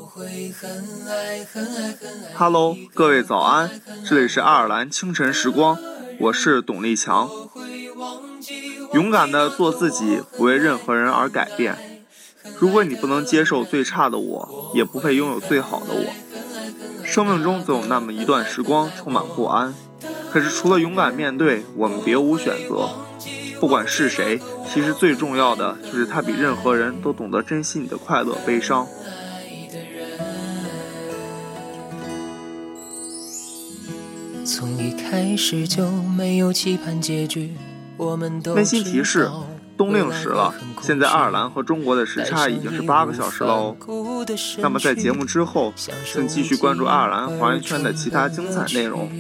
Hello， 各位早安，这里是爱尔兰清晨时光，我是董立强。勇敢地做自己，不为任何人而改变。如果你不能接受最差的我，也不配拥有最好的我。生命中总有那么一段时光充满不安，可是除了勇敢面对，我们别无选择。不管是谁，其实最重要的就是他比任何人都懂得珍惜你的快乐悲伤。 从一开始就没有期盼结局，我们都温馨提示，冬令时了，现在爱尔兰和中国的时差已经是8个小时了哦。那么在节目之后，请继续关注爱尔兰华人圈的其他精彩内容。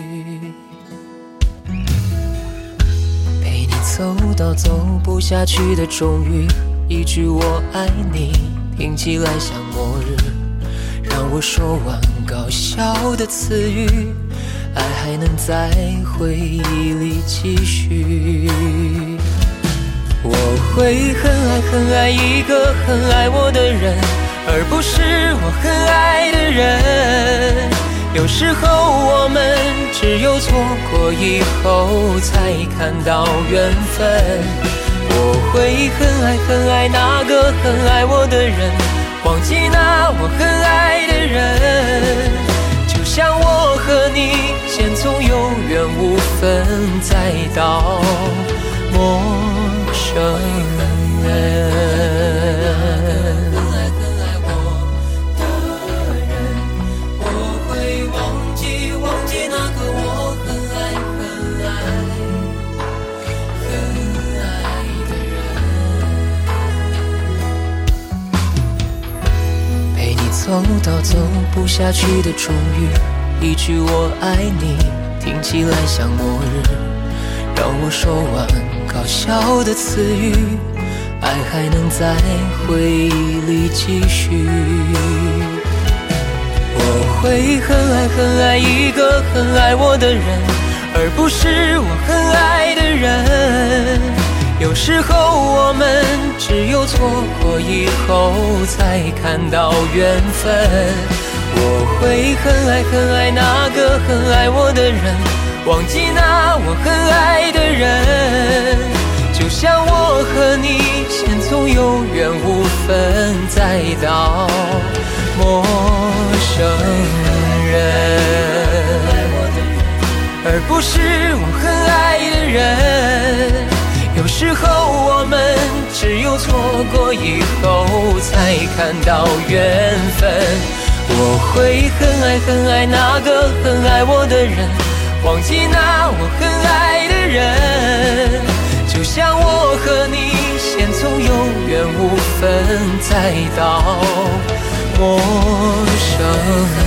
陪你走到走不下去的终于，一句我爱你听起来像末日，让我说完搞笑的词语，爱还能在回忆里继续。我会很爱一个很爱我的人，而不是我很爱的人。有时候我们只有错过以后才看到缘分。我会很爱那个很爱我的人，忘记那我很爱的人。就像我和你先从有缘无分，再到陌生人。走到走不下去的终于，一句我爱你听起来像末日，让我说完搞笑的词语，爱还能在回忆里继续。我会很爱一个很爱我的人，而不是我很爱的人。有时候我们只有错过以后才看到缘分。我会很爱那个很爱我的人，忘记那我很爱的人。就像我和你先从有缘无分，再到陌生人，而不是我很爱的人。有时候我们只有错过以后才看到缘分。我会很爱那个很爱我的人，忘记那我很爱的人。就像我和你先从有缘无分，再到陌生